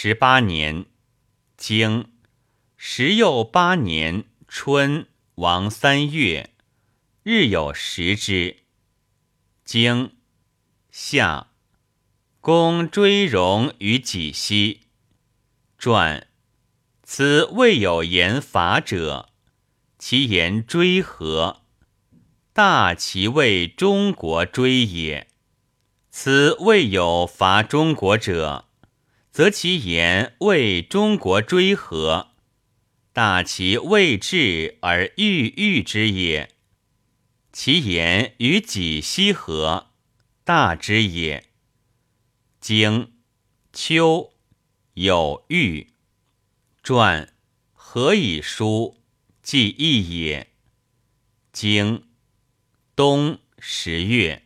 18年，经时又8年春王3月，日有食之。经夏，公追戎于己西。传：此未有言伐者，其言追何？大其为中国追也。此未有伐中国者，则其言为中国追何？大其未至而欲之也。其言与己西何？大之也。经秋，有欲。传：何以书？既易也。经冬10月。